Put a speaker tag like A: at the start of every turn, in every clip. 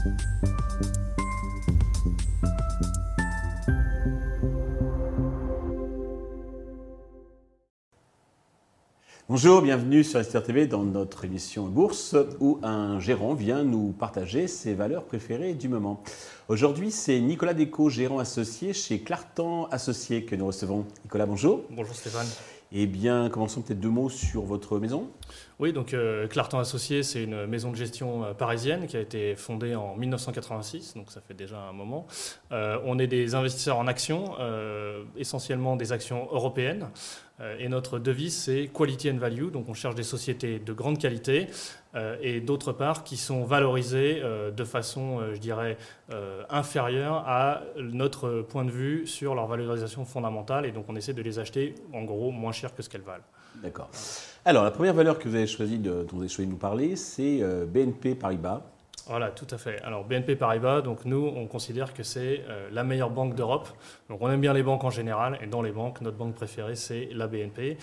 A: Bonjour, bienvenue sur Investir TV dans notre émission Bourse où un gérant vient nous partager ses valeurs préférées du moment. Aujourd'hui, c'est Nicolas Descaux, gérant associé chez Clartan Associés que nous recevons. Nicolas, bonjour.
B: Bonjour Stéphane.
A: Eh bien, commençons peut-être 2 mots sur votre maison.
B: Oui, donc Clartan Associés, c'est une maison de gestion parisienne qui a été fondée en 1986, donc ça fait déjà un moment. On est des investisseurs en actions, essentiellement des actions européennes. Et notre devise, c'est Quality and Value, donc on cherche des sociétés de grande qualité et d'autre part qui sont valorisées de façon, je dirais, inférieure à notre point de vue sur leur valorisation fondamentale. Et donc on essaie de les acheter en gros moins cher que ce qu'elles valent.
A: D'accord. Alors la première valeur que vous avez dont vous avez choisi de nous parler, c'est BNP Paribas.
B: Voilà, tout à fait. Alors BNP Paribas, donc nous, on considère que c'est la meilleure banque d'Europe. Donc on aime bien les banques en général, et dans les banques, notre banque préférée, c'est la BNP.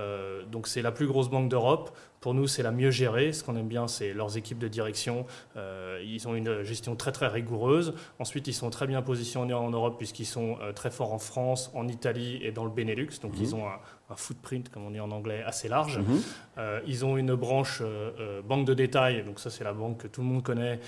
B: Donc c'est la plus grosse banque d'Europe. Pour nous, c'est la mieux gérée. Ce qu'on aime bien, c'est leurs équipes de direction. Ils ont une gestion très, très rigoureuse. Ensuite, ils sont très bien positionnés en Europe puisqu'ils sont très forts en France, en Italie et dans le Benelux. Donc, ils ont un footprint, comme on dit en anglais, assez large. Ils ont une branche banque de détail. Donc, ça, c'est la banque que tout le monde connaît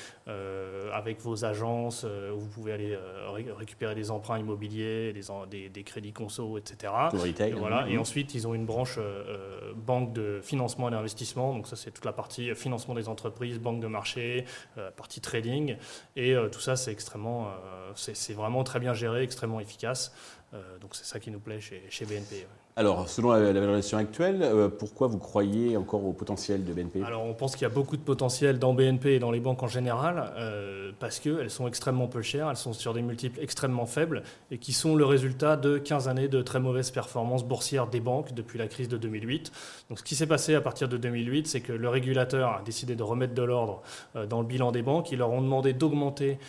B: avec vos agences où vous pouvez aller récupérer des emprunts immobiliers, des crédits conso, etc.
A: Retail,
B: et voilà. Et ensuite, ils ont une branche banque de financement et d'investissement. Donc ça, c'est toute la partie financement des entreprises, banque de marché, partie trading. Et tout ça, c'est c'est vraiment très bien géré, extrêmement efficace. Donc c'est ça qui nous plaît chez BNP. Ouais.
A: Alors, selon la valorisation actuelle, pourquoi vous croyez encore au potentiel de BNP ?
B: Alors, on pense qu'il y a beaucoup de potentiel dans BNP et dans les banques en général, parce qu'elles sont extrêmement peu chères, elles sont sur des multiples extrêmement faibles et qui sont le résultat de 15 années de très mauvaise performance boursière des banques depuis la crise de 2008. Donc, ce qui s'est passé à partir de 2008, c'est que le régulateur a décidé de remettre de l'ordre dans le bilan des banques. Ils leur ont demandé d'augmenter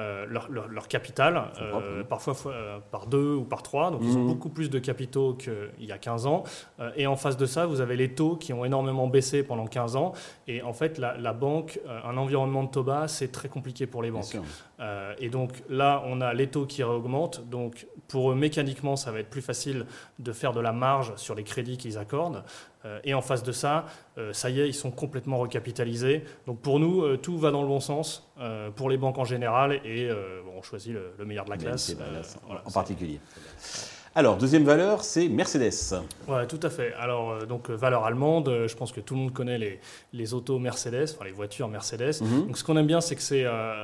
B: leur capital, parfois par 2 ou par 3. Donc, ils ont beaucoup plus de capitaux qu'il y a 15 ans. Et en face de ça, vous avez les taux qui ont énormément baissé pendant 15 ans. Et en fait, la banque, un environnement de taux bas, c'est très compliqué pour les banques. Et donc là, on a les taux qui réaugmentent. Donc, pour eux, mécaniquement, ça va être plus facile de faire de la marge sur les crédits qu'ils accordent. Et en face de ça, ça y est, ils sont complètement recapitalisés. Donc pour nous, tout va dans le bon sens pour les banques en général et on choisit le meilleur de la classe.
A: Voilà, en particulier. Alors, deuxième valeur, c'est Mercedes.
B: Ouais, tout à fait. Alors, donc, valeur allemande, je pense que tout le monde connaît les autos Mercedes, enfin les voitures Mercedes. Donc, ce qu'on aime bien, c'est que c'est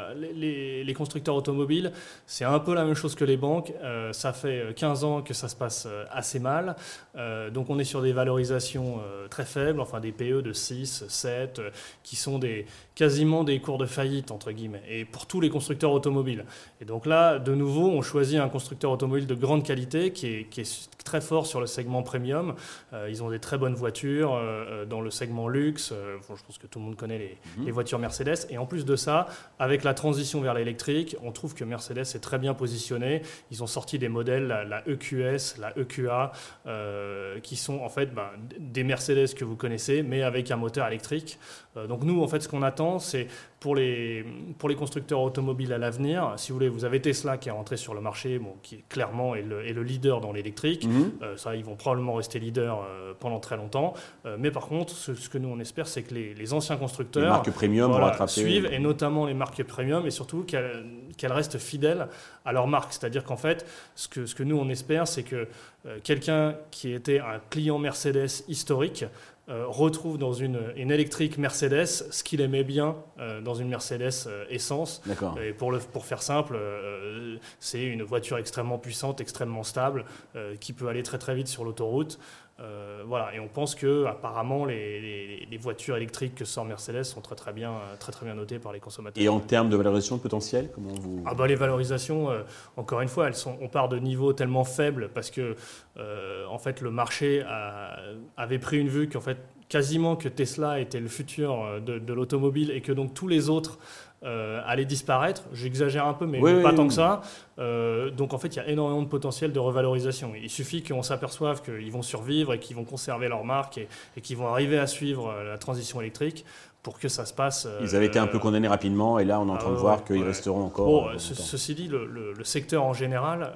B: les constructeurs automobiles, c'est un peu la même chose que les banques. Ça fait 15 ans que ça se passe assez mal. Donc, on est sur des valorisations très faibles, enfin des PE de 6, 7, qui sont quasiment des cours de faillite, entre guillemets, et pour tous les constructeurs automobiles. Et donc là, de nouveau, on choisit un constructeur automobile de grande qualité qui est très fort sur le segment premium. Ils ont des très bonnes voitures dans le segment luxe. Je pense que tout le monde connaît les voitures Mercedes. Et en plus de ça, avec la transition vers l'électrique, on trouve que Mercedes est très bien positionné. Ils ont sorti des modèles, la EQS, la EQA, qui sont en fait des Mercedes que vous connaissez, mais avec un moteur électrique. Donc nous, en fait, ce qu'on attend, c'est pour les constructeurs automobiles à l'avenir, si vous voulez, vous avez Tesla qui est rentré sur le marché, qui est clairement est le leader dans l'électrique. Ça, ils vont probablement rester leaders pendant très longtemps. Mais par contre, ce que nous on espère, c'est que les anciens constructeurs,
A: les marques premium
B: suivent, et notamment les marques premium, et surtout qu'elles restent fidèles à leur marque. C'est-à-dire qu'en fait, ce que nous on espère, c'est que quelqu'un qui était un client Mercedes historique retrouve dans une électrique Mercedes ce qu'il aimait bien dans une Mercedes essence. Et pour faire simple, c'est une voiture extrêmement puissante, extrêmement stable, qui peut aller très très vite sur l'autoroute. Voilà. Et on pense que apparemment les voitures électriques que sort Mercedes sont très très bien notées par les consommateurs.
A: Et en termes de valorisation de potentiel, comment vous...
B: Les valorisations, encore une fois, on part de niveaux tellement faibles parce que en fait le marché avait pris une vue qu'en fait quasiment que Tesla était le futur de l'automobile et que donc tous les autres allaient disparaître. J'exagère un peu, mais pas tant que ça. Donc en fait, il y a énormément de potentiel de revalorisation. Il suffit qu'on s'aperçoive qu'ils vont survivre et qu'ils vont conserver leur marque et qu'ils vont arriver à suivre la transition électrique pour que ça se passe.
A: Ils avaient été un peu condamnés rapidement et là on est en train de voir qu'ils resteront encore.
B: Bon, ceci dit, le secteur en général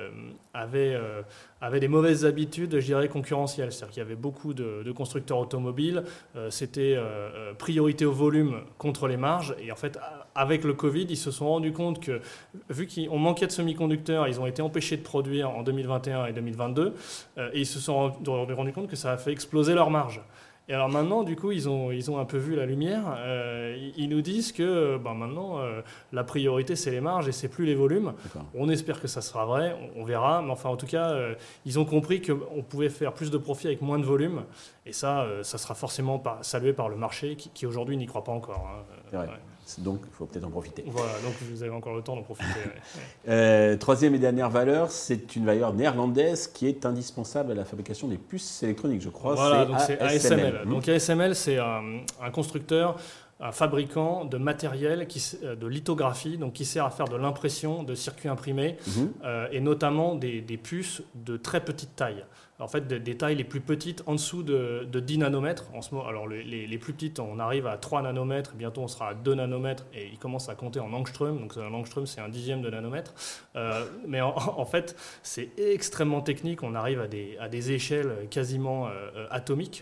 B: avait des mauvaises habitudes, je dirais, concurrentielles. C'est-à-dire qu'il y avait beaucoup de constructeurs automobiles, c'était priorité au volume contre les marges. Et en fait, avec le Covid, ils se sont rendus compte que, vu qu'on manquait de semi-conducteurs, ils ont été empêchés de produire en 2021 et 2022, et ils se sont rendus compte que ça a fait exploser leurs marges. Et alors maintenant, du coup, ils ont un peu vu la lumière. Ils nous disent que maintenant, la priorité, c'est les marges et c'est plus les volumes. D'accord. On espère que ça sera vrai, on verra. Mais enfin, en tout cas, ils ont compris qu'on pouvait faire plus de profit avec moins de volume. Et ça sera forcément salué par le marché qui aujourd'hui n'y croit pas encore.
A: C'est vrai. Ouais. Donc, il faut peut-être en profiter.
B: Voilà, donc vous avez encore le temps d'en profiter.
A: Troisième et dernière valeur, c'est une valeur néerlandaise qui est indispensable à la fabrication des puces électroniques, je crois.
B: Voilà, donc c'est ASML. Donc ASML, c'est un constructeur, un fabricant de matériel de lithographie, donc qui sert à faire de l'impression de circuits imprimés, et notamment des puces de très petite taille. En fait, des tailles les plus petites, en dessous de 10 nanomètres. En ce moment, alors les plus petites, on arrive à 3 nanomètres, bientôt on sera à 2 nanomètres, et ils commencent à compter en angstrom. Donc un angstrom, c'est un dixième de nanomètre. Mais en fait, c'est extrêmement technique. On arrive à des échelles quasiment atomiques.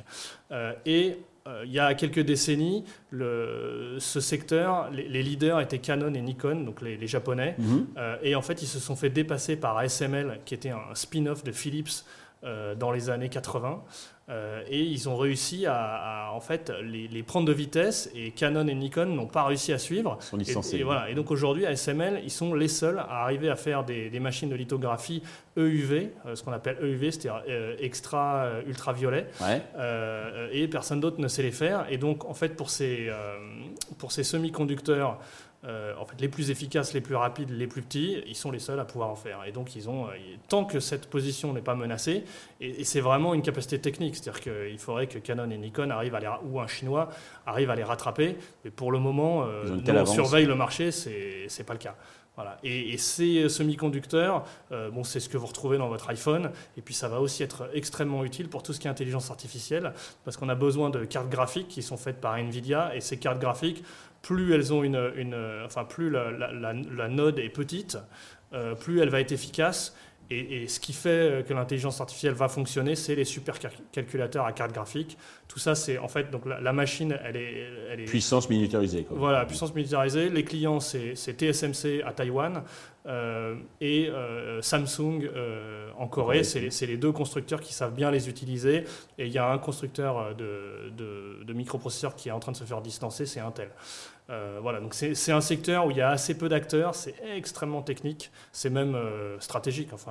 B: Il y a quelques décennies, ce secteur, les leaders étaient Canon et Nikon, donc les Japonais. Et en fait, ils se sont fait dépasser par ASML, qui était un spin-off de Philips dans les années 80. Et ils ont réussi à en fait, les prendre de vitesse, et Canon et Nikon n'ont pas réussi à suivre.
A: Ils sont licenciés.
B: Et voilà. Et donc aujourd'hui, ASML, ils sont les seuls à arriver à faire des machines de lithographie EUV, ce qu'on appelle EUV, c'est-à-dire extra ultraviolet. Ouais. Et personne d'autre ne sait les faire. Et donc, en fait, pour ces semi-conducteurs, en fait, les plus efficaces, les plus rapides, les plus petits, ils sont les seuls à pouvoir en faire. Et donc, tant que cette position n'est pas menacée, et c'est vraiment une capacité technique, c'est-à-dire qu'il faudrait que Canon et Nikon ou un Chinois arrivent à les rattraper. Mais pour le moment, on surveille le marché, c'est pas le cas. Voilà. Et ces semi-conducteurs, c'est ce que vous retrouvez dans votre iPhone. Et puis ça va aussi être extrêmement utile pour tout ce qui est intelligence artificielle, parce qu'on a besoin de cartes graphiques qui sont faites par NVIDIA. Et ces cartes graphiques, plus elles ont plus la node est petite, plus elle va être efficace. Et ce qui fait que l'intelligence artificielle va fonctionner, c'est les supercalculateurs à carte graphique. Tout ça, c'est en fait, donc la machine, elle est
A: puissance miniaturisée. Quoi.
B: Voilà, puissance miniaturisée. Les clients, c'est TSMC à Taïwan et Samsung en Corée. C'est les deux constructeurs qui savent bien les utiliser. Et il y a un constructeur de microprocesseurs qui est en train de se faire distancer, c'est Intel. Voilà, donc c'est un secteur où il y a assez peu d'acteurs, c'est extrêmement technique, c'est même stratégique. Enfin,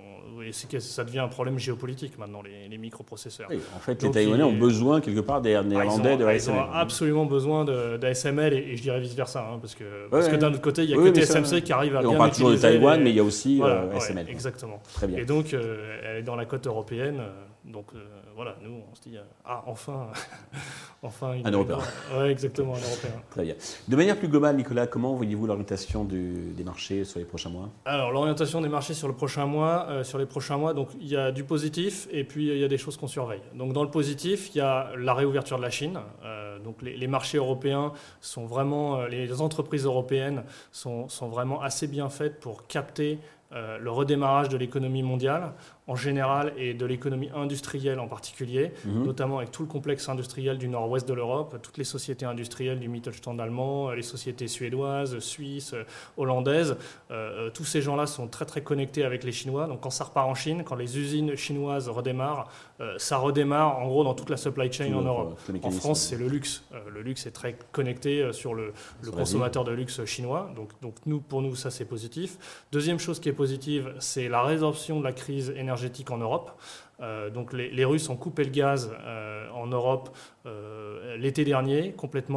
B: ça devient un problème géopolitique maintenant, les microprocesseurs. Oui,
A: en fait, les Taïwanais ont besoin quelque part des Néerlandais de ASML.
B: Ils ont absolument besoin d'ASML et je dirais vice-versa, hein, parce que d'un autre côté, il n'y a que TSMC qui arrive à bien utiliser.
A: On parle toujours de Taïwan, mais il y a aussi ASML.
B: Exactement.
A: Très bien.
B: Et donc, elle est dans la côte européenne. Donc voilà, nous on se dit enfin
A: un Européen.
B: Ouais, exactement, un Européen.
A: Très bien. De manière plus globale, Nicolas, comment voyez-vous l'orientation des marchés sur les prochains mois ?
B: Alors l'orientation des marchés sur les prochains mois, donc il y a du positif et puis il y a des choses qu'on surveille. Donc dans le positif, il y a la réouverture de la Chine. Donc les marchés européens sont vraiment, les entreprises européennes sont vraiment assez bien faites pour capter le redémarrage de l'économie mondiale en général et de l'économie industrielle en particulier, notamment avec tout le complexe industriel du nord-ouest de l'Europe, toutes les sociétés industrielles du Mittelstand allemand, les sociétés suédoises, suisses, hollandaises. Tous ces gens-là sont très très connectés avec les Chinois. Donc quand ça repart en Chine, quand les usines chinoises redémarrent, ça redémarre en gros dans toute la supply chain en Europe. En France, c'est le luxe. Le luxe est très connecté sur le consommateur de luxe chinois. Donc pour nous, ça c'est positif. Deuxième chose qui est positive, c'est la résorption de la crise énergétique en Europe. Donc les Russes ont coupé le gaz en Europe l'été dernier complètement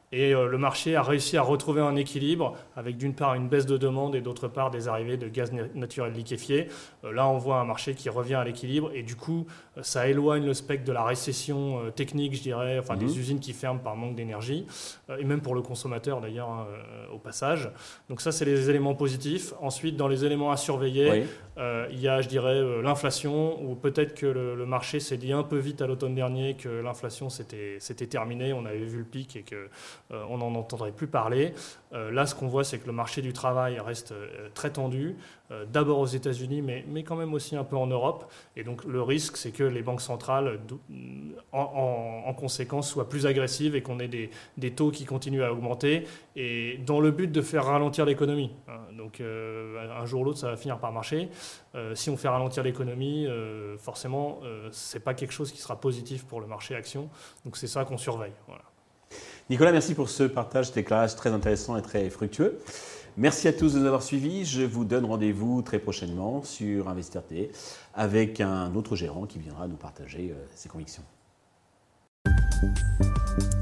B: Et le marché a réussi à retrouver un équilibre avec d'une part une baisse de demande et d'autre part des arrivées de gaz naturel liquéfié. Là, on voit un marché qui revient à l'équilibre et du coup, ça éloigne le spectre de la récession technique, je dirais, enfin des usines qui ferment par manque d'énergie et même pour le consommateur d'ailleurs au passage. Donc ça, c'est les éléments positifs. Ensuite, dans les éléments à surveiller, il y a, je dirais, l'inflation où peut-être que le marché s'est dit un peu vite à l'automne dernier que l'inflation c'était terminé, on avait vu le pic et que on n'en entendrait plus parler. Là, ce qu'on voit, c'est que le marché du travail reste très tendu, d'abord aux États-Unis, mais quand même aussi un peu en Europe. Et donc, le risque, c'est que les banques centrales, en conséquence, soient plus agressives et qu'on ait des taux qui continuent à augmenter, et dans le but de faire ralentir l'économie. Donc, un jour ou l'autre, ça va finir par marcher. Si on fait ralentir l'économie, forcément, ce n'est pas quelque chose qui sera positif pour le marché action. Donc, c'est ça qu'on surveille. Voilà.
A: Nicolas, merci pour ce partage, cet éclairage très intéressant et très fructueux. Merci à tous de nous avoir suivis. Je vous donne rendez-vous très prochainement sur Investir TV avec un autre gérant qui viendra nous partager ses convictions.